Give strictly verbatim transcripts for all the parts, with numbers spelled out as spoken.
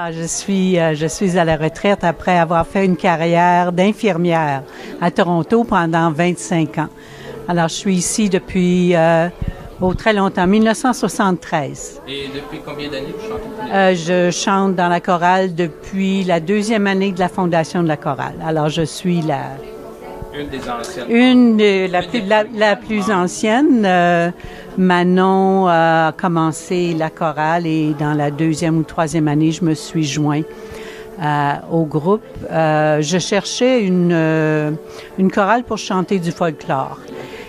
Ah, je suis, euh, je suis à la retraite après avoir fait une carrière d'infirmière à Toronto pendant vingt-cinq ans. Alors, je suis ici depuis euh, oh, très longtemps, mille neuf cent soixante-treize. Et depuis combien d'années vous chantez? Euh, je chante dans la chorale depuis la deuxième année de la fondation de la chorale. Alors, je suis la... Une des anciennes. Une de la plus, la, la plus ancienne. Euh, Manon a commencé la chorale et dans la deuxième ou troisième année, je me suis joint euh, au groupe. Euh, je cherchais une, euh, une chorale pour chanter du folklore.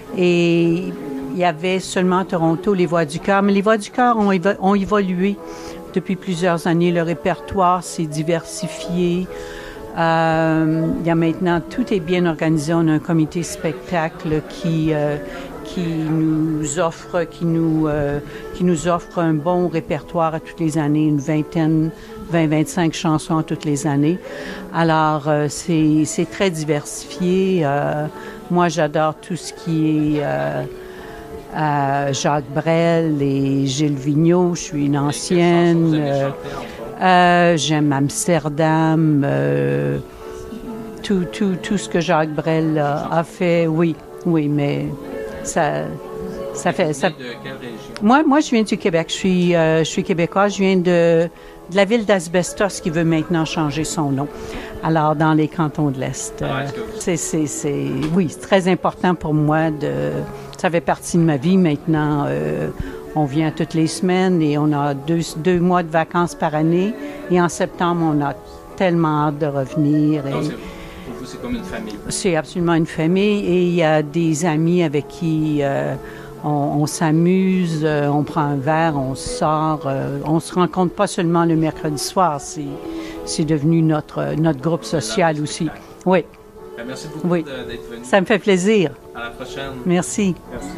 Et il y avait seulement à Toronto les Voix du cœur, mais les Voix du cœur ont, évo- ont évolué depuis plusieurs années. Le répertoire s'est diversifié. Euh, il y a maintenant, tout est bien organisé. On a un comité spectacle qui, euh, qui nous offre, qui nous, euh, qui nous offre un bon répertoire à toutes les années, une vingtaine, vingt, vingt-cinq chansons toutes les années. Alors, euh, c'est, c'est très diversifié. Euh, moi, j'adore tout ce qui est euh, euh, Jacques Brel et Gilles Vigneault. Je suis une ancienne. Euh, Euh, j'aime Amsterdam, euh, tout, tout, tout ce que Jacques Brel a, a fait, oui, oui, mais ça, ça fait... Ça... De quelle région? Moi, moi, je viens du Québec, je suis, euh, je suis québécoise, je viens de, de la ville d'Asbestos qui veut maintenant changer son nom. Alors, dans les cantons de l'Est. Euh, c'est, c'est, c'est, oui, c'est très important pour moi de... Ça fait partie de ma vie maintenant. Euh, On vient toutes les semaines et on a deux, deux mois de vacances par année. Et en septembre, on a tellement hâte de revenir. Et Donc, c'est, pour vous, c'est comme une famille. C'est absolument une famille. Et il y a des amis avec qui euh, on, on s'amuse, euh, on prend un verre, on sort. Euh, on se rencontre pas seulement le mercredi soir. C'est, c'est devenu notre, notre groupe social aussi. Oui. Merci beaucoup oui. d'être venu. Ça me fait plaisir. À la prochaine. Merci. Merci.